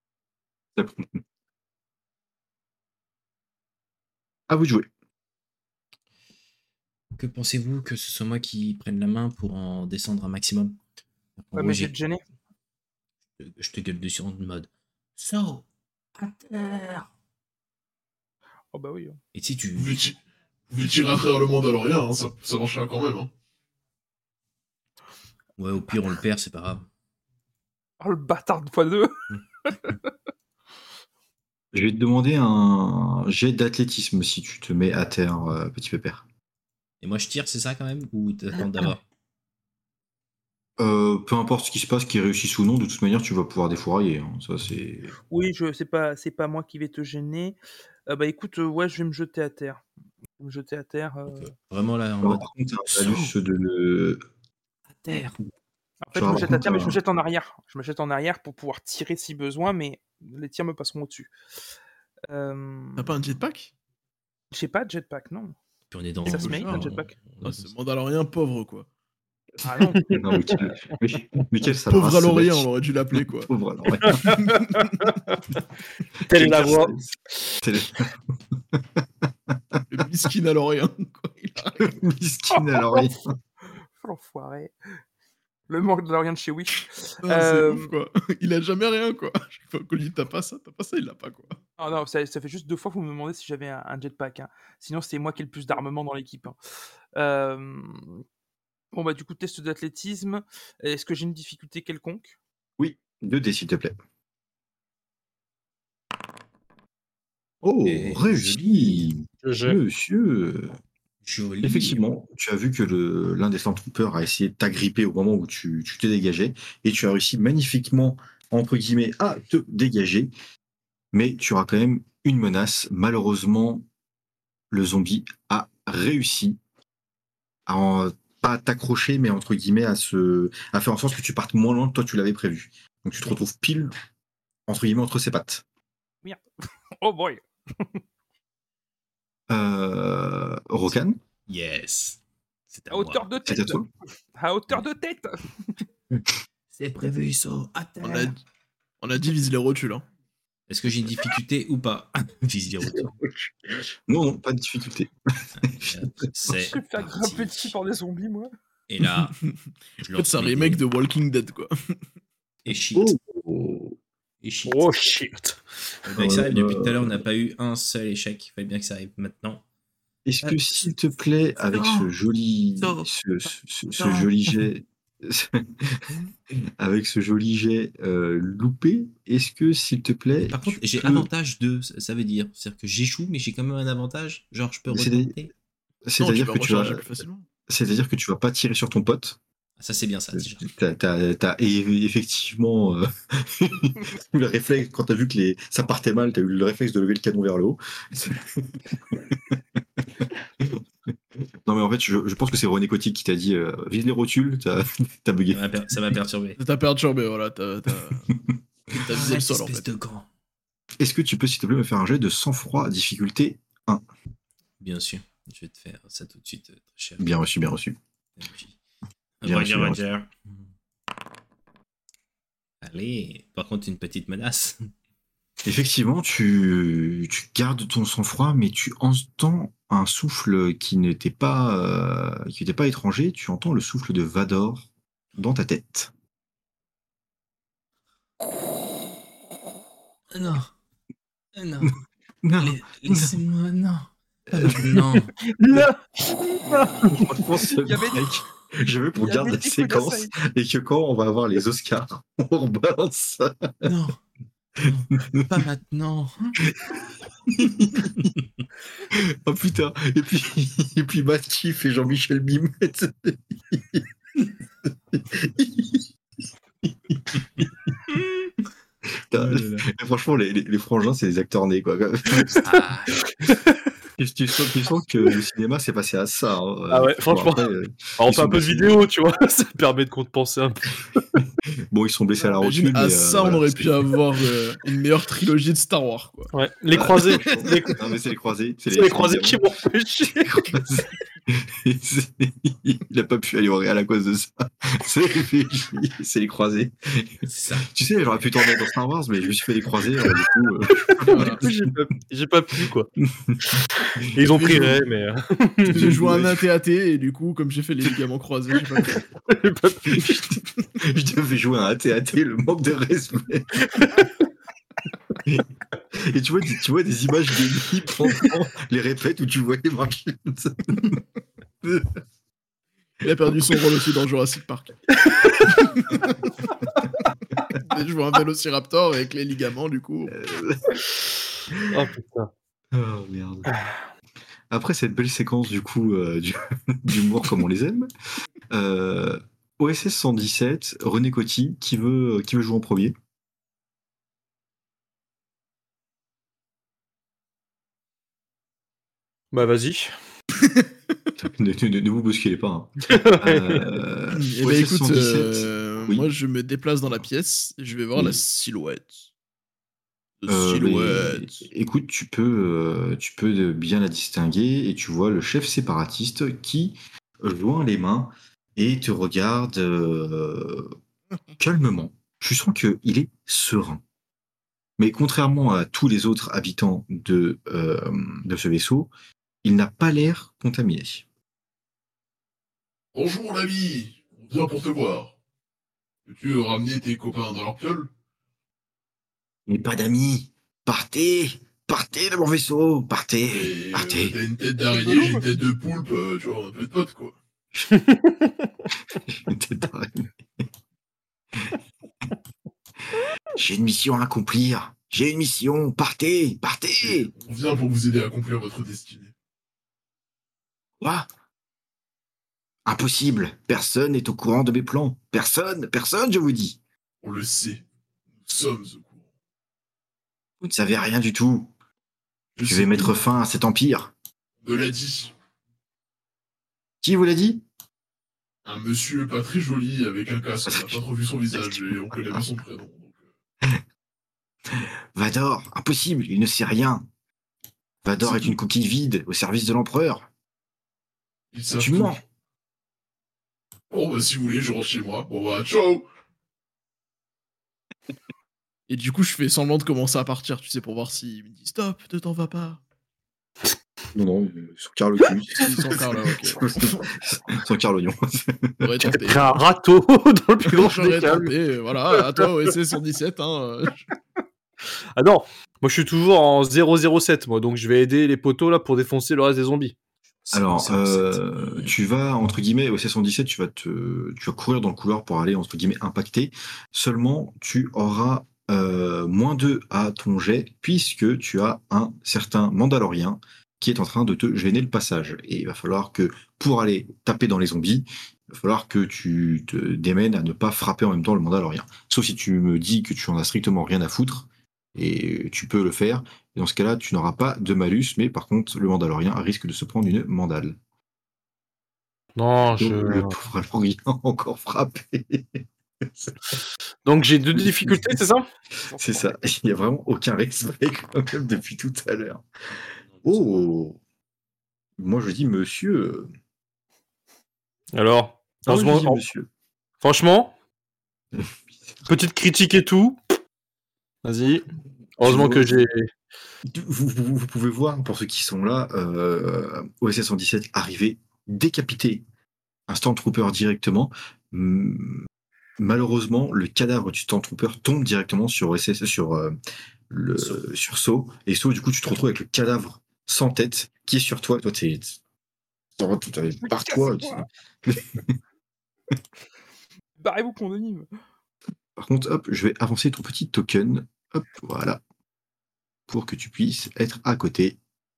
À vous de jouer. Que pensez-vous que ce soit moi qui prenne la main pour en descendre un maximum? En Ouais, gros, mais j'ai te gêné. je te gueule dessus en mode So, à terre. Oh bah oui. Et si tu. Vous pouvez tirer à travers le monde à l'Orient, hein, ça marchera quand même. Hein. Ouais, au pire, on le perd, c'est pas grave. Oh le bâtard de x2. Je vais te demander un jet d'athlétisme si tu te mets à terre, petit pépère. Et moi, je tire, c'est ça quand même? Ou t'attends d'abord? Peu importe ce qui se passe, qu'il réussisse ou non, de toute manière, tu vas pouvoir défourailler. Hein. Ça, c'est. Oui, c'est pas moi qui vais te gêner. Bah écoute, ouais, je vais me jeter à terre. Vraiment là, en Alors, mode par contre, t'as un malus de. à terre. En fait, je me jette à terre, mais je me jette en arrière. Je me jette en arrière pour pouvoir tirer si besoin, mais les tirs me passeront au-dessus. T'as pas un jetpack? J'ai pas de jetpack, non. Puis on est dans. Ça se met, un jetpack. Ah, c'est Mandalorien pauvre, quoi. Ah non. Non, mais quel sale Pauvre race, ce Valorien, mec. on aurait dû l'appeler, quoi. Pauvre Valorien. Telle est la voix. Le miskin à Lorient, quoi. Il a rien. Miskin à Lorient. L'enfoiré. Le manque de rien de chez Wish. Non, c'est ouf, quoi. Il a jamais rien, quoi. Chaque fois qu'on lui dit t'as pas ça, il l'a pas, quoi. Ah non, ça fait juste 2 fois que vous me demandez si j'avais un jetpack. Hein. Sinon, c'était moi qui ai le plus d'armement dans l'équipe. Hein. Bon, bah, du coup, test d'athlétisme. Est-ce que j'ai une difficulté quelconque? Oui, 2 dés, s'il te plaît. Oh, Et réussi, monsieur. Joli. Effectivement, tu as vu que l'un des Stormtroopers a essayé de t'agripper au moment où tu t'es dégagé, et tu as réussi magnifiquement, entre guillemets, à te dégager, mais tu auras quand même une menace. Malheureusement, le zombie a réussi à pas t'accrocher, mais entre guillemets à faire en sorte que tu partes moins loin que toi tu l'avais prévu. Donc tu te retrouves pile, entre guillemets, entre ses pattes. Merde. Oh boy. Rokan, Yes. C'est À hauteur de c'est tête. à toi. À hauteur de tête. C'est prévu, ça. À terre. On a dit vise les rotules, hein. Est-ce que j'ai une difficulté ou pas? Vise les retours. Non, pas de difficulté. Je C'est vais me faire grimper parti. dessus par des zombies, moi. Et là, je En fait, c'est un lance mes remake dés. de Walking Dead, quoi. Et shit. Oh. Et shit. Oh shit. Il fallait que ça arrive. Depuis tout à l'heure, on n'a pas eu un seul échec. Il fallait bien que ça arrive maintenant. Est-ce que, s'il te plaît, avec Non. ce joli, Non. ce joli jet, avec ce joli jet loupé, est-ce que, s'il te plaît, Par contre, tu j'ai peux- avantage 2, ça veut dire. C'est-à-dire que j'échoue, mais j'ai quand même un avantage. Genre, je peux C'est- retenter. c'est-à-dire Non, que tu tu vas vas, recharger plus facilement. c'est-à-dire que tu vas pas tirer sur ton pote. Ça, c'est bien ça, déjà. T'as effectivement eu le réflexe, quand t'as vu que ça partait mal, t'as eu le réflexe de lever le canon vers le haut. Non, mais en fait, je pense que c'est René Coty qui t'a dit vise les rotules, t'as bugué. Ça m'a perturbé. Ça t'a perturbé, voilà. T'as visé le sol, en espèce fait. de gant. Est-ce que tu peux, s'il te plaît, me faire un jet de sang-froid, difficulté 1? Bien sûr. Je vais te faire ça tout de suite, très cher. Bien reçu, bien reçu. Et puis- Bien Roger, reçu, bien Roger. Allez, par contre, une petite menace. Effectivement, tu gardes ton sang-froid, mais tu entends un souffle qui n'était pas étranger. Tu entends le souffle de Vador dans ta tête. Non. Non. Non, Laissez-moi, non. Pas maintenant. Là. franchement, ce Il y avait- mec, je veux qu'on il y garde avait la des séquence Kudasai. et que quand on va avoir les Oscars, on balance ça. Non. Non. Pas maintenant. Oh putain, et puis Mathif et Jean-Michel Bimet. Putain, franchement, les frangins, c'est des acteurs nés, quoi. Ah, Tu sens que le cinéma, c'est passé à ça. Hein. Ah ouais, Bon, franchement. après, Alors, on ils fait un sont peu de blessés. vidéo, tu vois, ça permet de compenser un peu. bon, ils sont blessés à la Imagine, rotule, à mais ça, on voilà, aurait c'est- pu avoir une meilleure trilogie de Star Wars, quoi. Ouais, les croisés. Non, mais c'est les croisés. C'est les croisés qui m'ont fait chier. les croisés. Il a pas pu aller au Real à cause de ça. C'est les croisés. c'est ça. Tu sais, j'aurais pu t'en mettre dans Star Wars, mais je me suis fait les croisés. Alors, du coup, Voilà. Du coup, j'ai pas pu, quoi. Et ils ont pris Ray, mais J'ai joué un AT-AT et du coup, comme j'ai fait les ligaments croisés, j'ai pas pu. j'ai pas pu. je devais jouer un AT-AT, le manque de respect. Et tu vois des images de lui pendant les répètes où tu voyais marcher. Il a perdu son rôle aussi dans Jurassic Park. Il joué un Vélociraptor avec les ligaments, du coup. Oh putain. Oh merde. Après cette belle séquence du coup d'humour comme on les aime, OSS 117, René Coty, qui veut jouer en premier? Bah vas-y. Ne vous bousculez pas. Hein. Eh ben OSS écoute, 117, oui. moi je me déplace dans la pièce et je vais voir Oui. la silhouette. Mais, écoute, tu peux bien la distinguer et tu vois le chef séparatiste qui joint les mains et te regarde calmement. Tu sens qu'il est serein. Mais contrairement à tous les autres habitants de ce vaisseau, il n'a pas l'air contaminé. Bonjour l'ami, on vient pour te voir. Veux-tu ramener tes copains dans leur piole? Il n'est pas d'amis. Partez, partez de mon vaisseau, partez, Et partez. t'as une tête d'araignée, j'ai une tête de poulpe, tu vois, un peu de pote quoi. J'ai une mission à accomplir. J'ai une mission. Partez, partez. On vient pour vous aider à accomplir votre destinée. Quoi? Impossible. Personne n'est au courant de mes plans. Personne, personne, je vous dis. On le sait, nous sommes au courant. Vous ne savez rien du tout. Je sais vais mettre tout, fin à cet empire. on me l'a dit. Qui vous l'a dit? Un monsieur pas très joli avec un casque, on n'a pas trop vu son visage et on connaît bien son prénom. Donc, Vador, impossible, il ne sait rien. Vador est une coquille vide au service de l'empereur. ils savent Tu tout. mens. Bon bah si vous voulez, je rentre chez moi. Bon bah ciao. Et du coup, je fais semblant de commencer à partir, tu sais, pour voir s'il me dit stop, ne t'en va pas. Non, son quart le cul. Son quart, là, ok. Son quart l'oignon. J'aurais T'as tenté. pris un râteau dans le plus grand J'aurais des calmes. tenté, voilà, à toi, OSC 117, hein. Ah non, moi je suis toujours en 007, moi, donc je vais aider les poteaux là pour défoncer le reste des zombies. Alors, C'est bon, tu vas, entre guillemets, au C117, tu vas courir dans le couloir pour aller, entre guillemets, impacter. Seulement, tu auras -2 à ton jet, puisque tu as un certain Mandalorien qui est en train de te gêner le passage. Et il va falloir que, pour aller taper dans les zombies, il va falloir que tu te démènes à ne pas frapper en même temps le Mandalorien. Sauf si tu me dis que tu en as strictement rien à foutre, et tu peux le faire. Et dans ce cas-là, tu n'auras pas de malus, mais par contre, le Mandalorien risque de se prendre une mandale. Non, Donc, le pauvre Alorien encore frappé. Donc j'ai 2 difficultés, c'est ça? C'est ça. Il n'y a vraiment aucun respect quand même depuis tout à l'heure. Oh! Moi, je dis monsieur. Alors, Ah, je heureusement, dis monsieur. franchement, petite critique et tout. Vas-y. Heureusement que j'ai... Vous pouvez voir, pour ceux qui sont là, OSS 117 arriver, décapiter un Stormtrooper directement. Malheureusement, le cadavre du Stormtrooper tombe directement sur So. Et So, du coup, tu te retrouves avec le cadavre sans tête qui est sur toi. Toi, t'es par toi. Barrez-vous, cononyme. Par contre, hop, je vais avancer ton petit token. Hop, voilà. Pour que tu puisses être à côté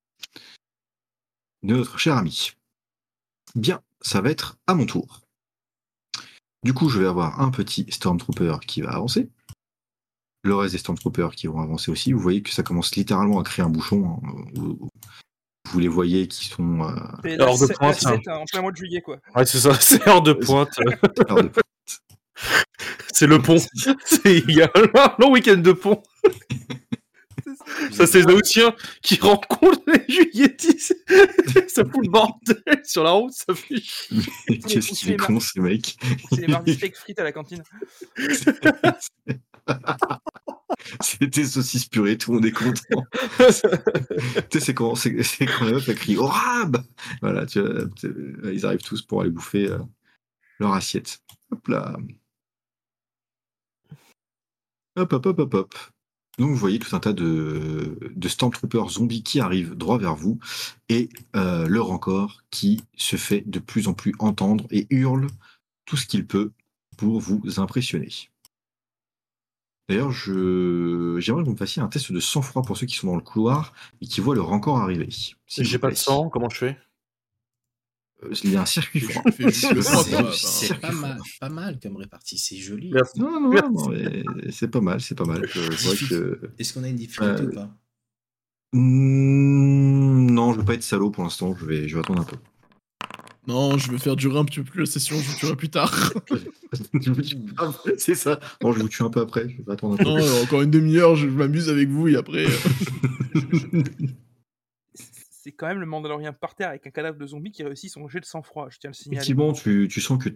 de notre cher ami. Bien, ça va être à mon tour. Du coup, je vais avoir un petit Stormtrooper qui va avancer. Le reste des Stormtroopers qui vont avancer aussi. Vous voyez que ça commence littéralement à créer un bouchon. Hein. Vous les voyez qui sont... C'est Heure de la pointe, 7 en plein mois de juillet, quoi. Ouais, c'est ça, c'est heure de pointe. heure de pointe. C'est le pont. Il y a un long week-end de pont. Ça, c'est les Laotiens qui rencontrent les Juilletis. Ça fout le bordel sur la route, ça fait chier. Qu'est-ce qu'il est con, ce mec. C'est les mardis steak frites à la cantine. C'était saucisse purée, tout le monde est content. Tu sais, c'est quand la meuf a crié au rab. Voilà, tu vois, ils arrivent tous pour aller bouffer leur assiette. Hop là. Hop, hop, hop, hop, hop. Donc vous voyez tout un tas de Stormtroopers zombies qui arrivent droit vers vous et le Rancor qui se fait de plus en plus entendre et hurle tout ce qu'il peut pour vous impressionner. D'ailleurs, j'aimerais que vous me fassiez un test de sang-froid pour ceux qui sont dans le couloir et qui voient le Rancor arriver. J'ai pas de sang, comment je fais? Il y a un circuit froid. C'est pas mal comme répartie, c'est joli. Merci. Non, mais c'est pas mal, c'est pas mal. Je vois que... Est-ce qu'on a une difficulté ou pas? Non, je veux pas être salaud pour l'instant, je vais attendre un peu. Non, je veux faire durer un petit peu plus la session, je vous tuerai plus tard. C'est ça. Non, je vous tue un peu après, je vais attendre un peu. Non, encore une demi-heure, je m'amuse avec vous et après... c'est quand même le Mandalorien par terre avec un cadavre de zombie qui réussit son jet de sang-froid, je tiens à le signaler. Effectivement, tu sens que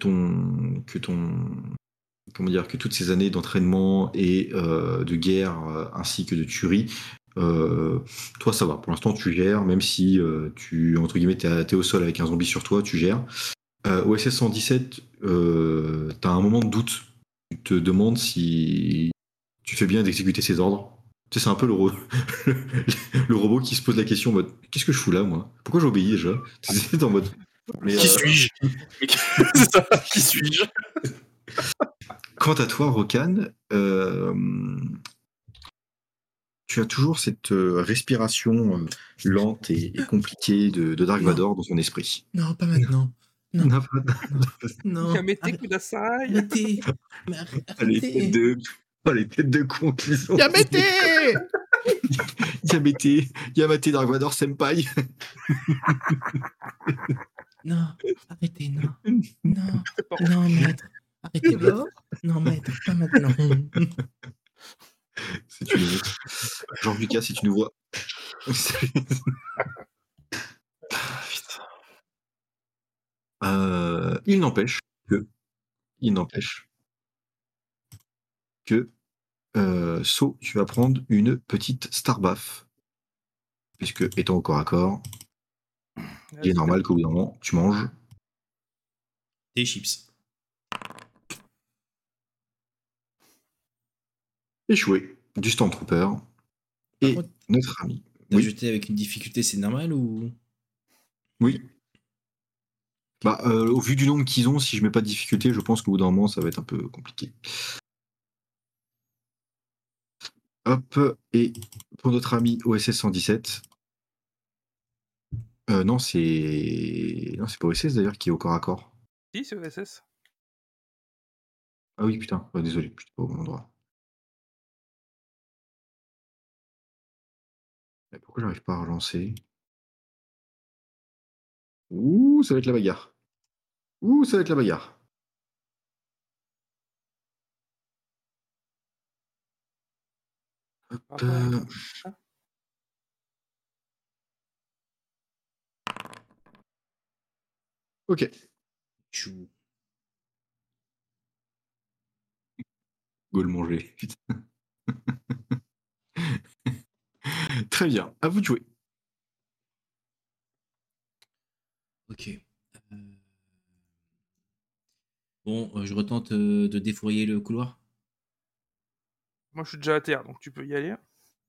comment dire, que toutes ces années d'entraînement et de guerre ainsi que de tuerie, toi ça va. Pour l'instant, tu gères, même si tu entre guillemets t'es au sol avec un zombie sur toi, tu gères. OSS 117, t'as un moment de doute. Tu te demandes si tu fais bien d'exécuter ses ordres. Tu sais, c'est un peu le robot qui se pose la question en mode qu'est-ce que je fous là, moi? Pourquoi j'obéis déjà? C'est en mode. Mais, Qui suis-je? C'est ça, qui suis-je? quant à toi, Rokan, tu as toujours cette respiration lente et compliquée de Dark Non. Vador dans ton esprit. Non, pas maintenant. Non, Non, non. Yamete Arrête- Kudasai. Arrêtez. Mais les têtes arrêtez. de. Oh, les têtes de con qu'ils sont. Yamete Yamete Dark Vador Senpai. Non, arrêtez, non. Non, non, maître. Arrêtez, maître. Non, maître, pas maintenant. C'est une honte. Jean-Lucas, si tu nous vois. Il n'empêche que So, tu vas prendre une petite Starbath. Puisque, étant au corps à corps, il est normal qu'au bout d'un moment, tu manges. Des chips. Échoué du Stormtrooper. Par Et contre, notre ami. t'as Oui, jeté avec une difficulté, c'est normal ou. oui. Bah, au vu du nombre qu'ils ont, si je mets pas de difficulté, je pense qu'au bout d'un moment, ça va être un peu compliqué. Hop, et pour notre ami OSS 117. Non, c'est pas OSS d'ailleurs qui est au corps à corps. Si, c'est OSS. Ah oui, putain, désolé, je suis pas au bon endroit. Mais pourquoi j'arrive pas à relancer? Ouh, ça va être la bagarre. Ouh, ça va être la bagarre. Hop, ok. Chou. Go le manger. Putain. Très bien, à vous de jouer. Ok. Bon, je retente de défourailler le couloir. Moi, je suis déjà à terre, donc tu peux y aller.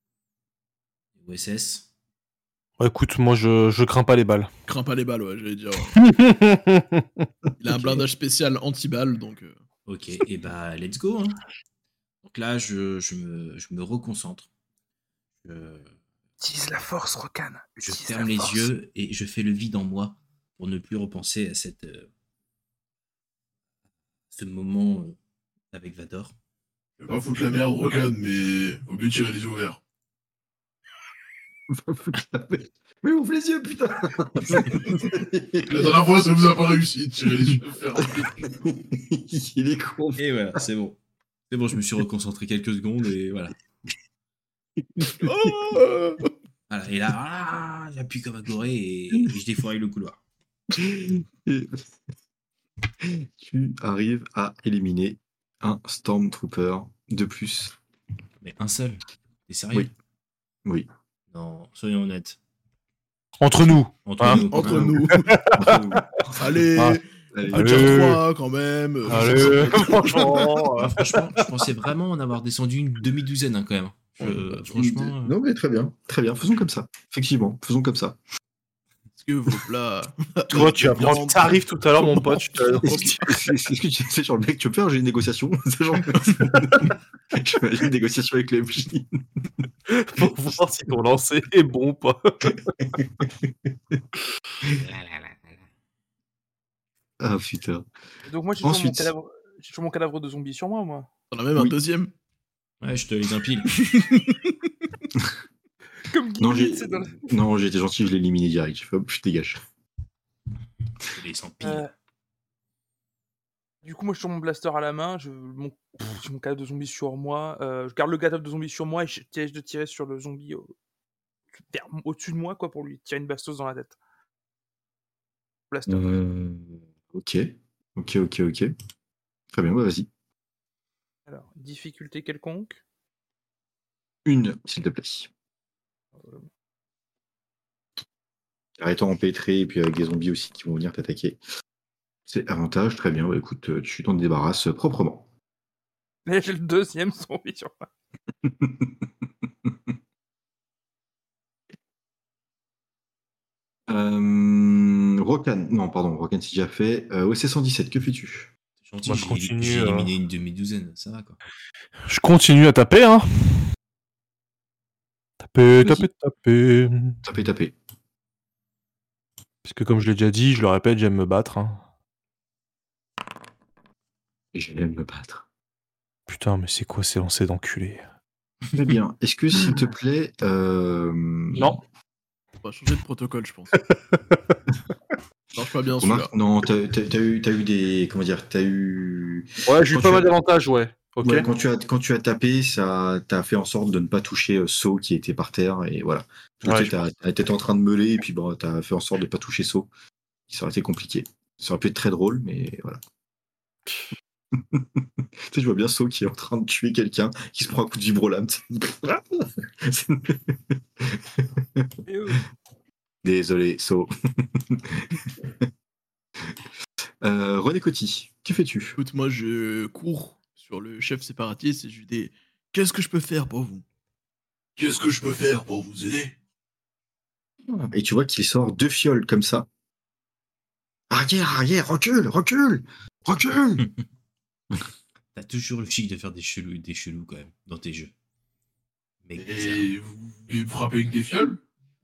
OSS. Écoute, moi je crains pas les balles. Crains pas les balles, ouais, j'allais dire. Ouais. Il a un Ok. blindage spécial anti-balles, donc. Ok, et bah let's go. Hein. Donc là, je me reconcentre. Utilise la force, Rokan. Je ferme les yeux et je fais le vide en moi pour ne plus repenser à ce moment avec Vador. Je vais pas foutre la merde, Rokan, mais vaut mieux tirer les yeux ouverts. Mais ouvre les yeux, putain. La dernière fois, ça vous a pas réussi de tirer les yeux fermés. Il est con. Et voilà, c'est bon. C'est bon, je me suis reconcentré quelques secondes et voilà. Oh Voilà, et là, j'appuie comme un goré et je défouraille le couloir. Et tu arrives à éliminer un Stormtrooper de plus. Mais un seul. T'es sérieux? Oui. Non, soyons honnêtes. Entre nous. Entre Hein nous. Entre Ah, nous. Entre nous. Allez, Ah. Allez. on peut dire Allez. 3 quand même. Allez, franchement. Non, franchement, je pensais vraiment en avoir descendu une demi-douzaine hein, quand même. Franchement. Non, mais très bien. Très bien. Faisons comme ça. Effectivement, faisons comme ça. Est-ce que vos plats. Toi, tu arrives tout à l'heure, mon pote. Tu Est-ce que tu sais, genre, le mec, tu veux faire, j'ai une négociation. C'est genre... J'ai une négociation avec le MJ. pour voir si ton lancer est bon ou pas. Ah putain. Donc moi, j'ai toujours, Ensuite. j'ai toujours mon cadavre de zombie sur moi, moi. T'en as même un Oui. deuxième. Ouais, je te les empile. Comme Non, Gimli, c'est dans non, j'ai été gentil, je l'ai éliminé direct. Hop, je dégage. Je te les empile. Du coup, moi, je suis sur mon blaster à la main, j'ai mon cadavre de zombie sur moi, je garde le cadavre de zombie sur moi et j'essaie de tirer sur le zombie au-dessus de moi, quoi, pour lui tirer une bastos dans la tête. Blaster. Ok. Très bien, vas-y. Alors, difficulté quelconque. Une, s'il te plaît. Arrêtant empêtré, et puis avec des zombies aussi qui vont venir t'attaquer. C'est avantage, très bien. Bah, écoute, tu t'en débarrasses proprement. Et j'ai le deuxième zombie sur moi. Rokan, non, pardon, Rokan c'est déjà fait. OC 117, que fais-tu? Gentil, Moi, je continue, j'ai éliminé une demi-douzaine, ça va quoi. Je continue à taper, hein. Taper. Taper. Parce que comme je l'ai déjà dit, je le répète, j'aime me battre. Hein. Et j'aime me battre. Putain, mais c'est quoi ces lancers d'enculés? Très bien. Est-ce que, s'il te plaît... Non. On va changer de protocole, je pense. Ça marche pas bien celui-là. Remarque, non, t'as eu des... Comment dire? T'as eu... Ouais, j'ai eu Quand pas tu mal as- d'avantages, ouais. Ok. Ouais, quand tu as tapé, ça t'as fait en sorte de ne pas toucher So qui était par terre, et voilà. Ouais, Tu étais en train de meuler, et puis bon, t'as fait en sorte de ne pas toucher So. Ça aurait été compliqué. Ça aurait pu être très drôle, mais voilà. Tu sais, je vois bien So qui est en train de tuer quelqu'un, qui se prend un coup de vibrolame. Désolé, So. René Coty, que fais-tu? Écoute, moi, je cours sur le chef séparatiste et je lui dis qu'est-ce que je peux faire pour vous? Qu'est-ce que je peux faire pour vous aider? Et tu vois qu'il sort 2 fioles comme ça. Arrière, recule! T'as toujours le chic de faire des chelous quand même dans tes jeux. Mais Et vous voulez me frapper avec des fioles?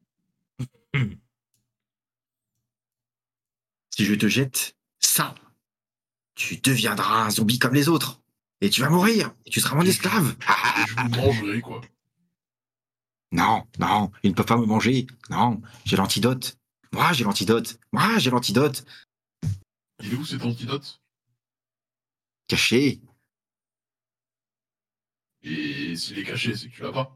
Si je te jette ça, tu deviendras un zombie comme les autres. Et tu vas mourir. Et tu seras mon esclave. Et je vous mangerai, quoi. Non, ils ne peuvent pas me manger. Non, j'ai l'antidote. Moi, j'ai l'antidote. Il est où cet antidote? Caché. Et s'il est caché, c'est que tu l'as pas.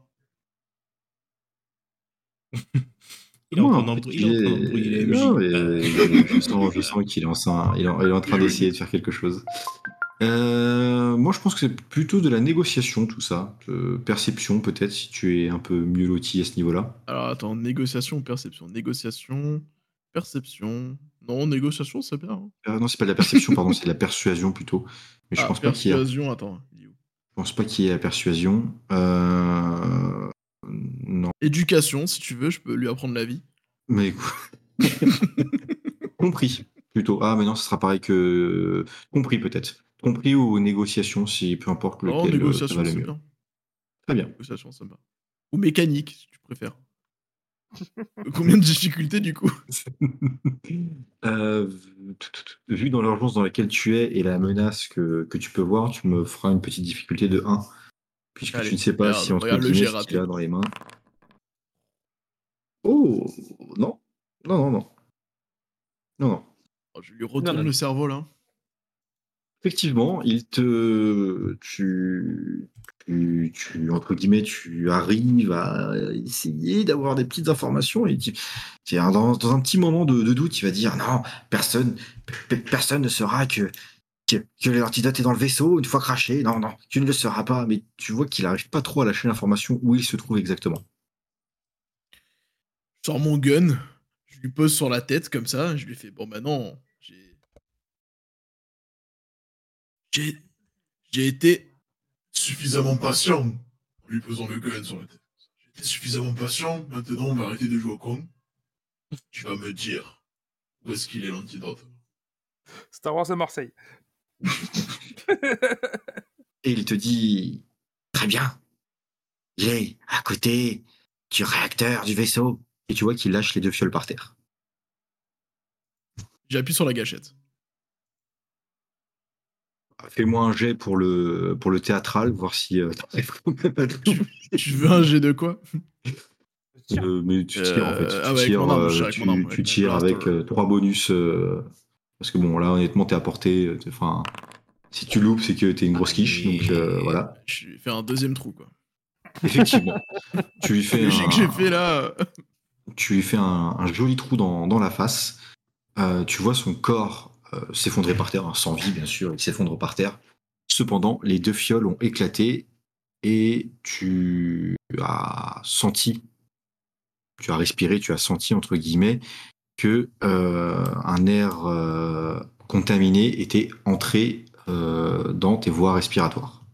il est en train Non, d'embrouiller les MJ. non, mais je sens qu'il est il est en train d'essayer de faire quelque chose. Moi, je pense que c'est plutôt de la négociation, tout ça. Perception, peut-être, si tu es un peu mieux loti à ce niveau-là. Alors attends, négociation ou perception? Négociation, perception. Non, négociation, c'est bien. Hein. Non, c'est pas de la perception, pardon, c'est de la persuasion plutôt. Mais je pense pas qu'il y a. Persuasion, attends. Il est où? Je pense pas qu'il y ait la persuasion. Non. Éducation, si tu veux, je peux lui apprendre la vie. Mais compris, plutôt. Ah, mais non, ce sera pareil que. Compris, peut-être. Compris ou négociation, si peu importe Non, lequel ça négociation, va le c'est mieux. bien. Très bien. Négociation, ça me va. Ou mécanique, si tu préfères. Combien de difficultés, du coup? Vu dans l'urgence dans laquelle tu es et la menace que tu peux voir, tu me feras une petite difficulté de 1. Puisque Allez, tu ne sais pas regarde, si entre regarde le guillemets jet ce qu'il rapide. a dans les mains. Oh non. Non. Oh, je lui retourne Non. le cerveau, là. Effectivement, entre guillemets, tu arrives à essayer d'avoir des petites informations et dans un petit moment de doute, il va dire non, personne ne saura que l'antidote est dans le vaisseau une fois craché. Non, tu ne le sauras pas. Mais tu vois qu'il n'arrive pas trop à lâcher l'information où il se trouve exactement. Je sors mon gun, je lui pose sur la tête, comme ça, je lui fais bon, bah non, j'ai été. Suffisamment patient. En lui posant le gun sur la tête. J'étais suffisamment patient, maintenant on va arrêter de jouer au con. Tu vas me dire où est-ce qu'il est l'antidote. Star Wars à Marseille. Et il te dit très bien. Il est à côté du réacteur du vaisseau. Et tu vois qu'il lâche les 2 fioles par terre. J'appuie sur la gâchette. Fais-moi un jet pour le théâtral, voir si t'arrives quand même à le Tu veux un jet de quoi? mais tu tires en fait. Ah ouais, avec mon arme, je tire avec mon arme, Tu avec mon tires avec blaster. 3 bonus. Parce que bon, là, honnêtement, t'es à portée. Si tu loupes, c'est que t'es une grosse quiche. Donc voilà. Je lui fais un deuxième trou, quoi. Effectivement. Tu lui fais Le jet que j'ai fait un, là. tu lui fais un joli trou dans la face. Tu vois son corps s'effondrer par terre, hein, sans vie bien sûr, il s'effondre par terre. Cependant, les deux fioles ont éclaté et tu as respiré, tu as senti entre guillemets que un air contaminé était entré dans tes voies respiratoires.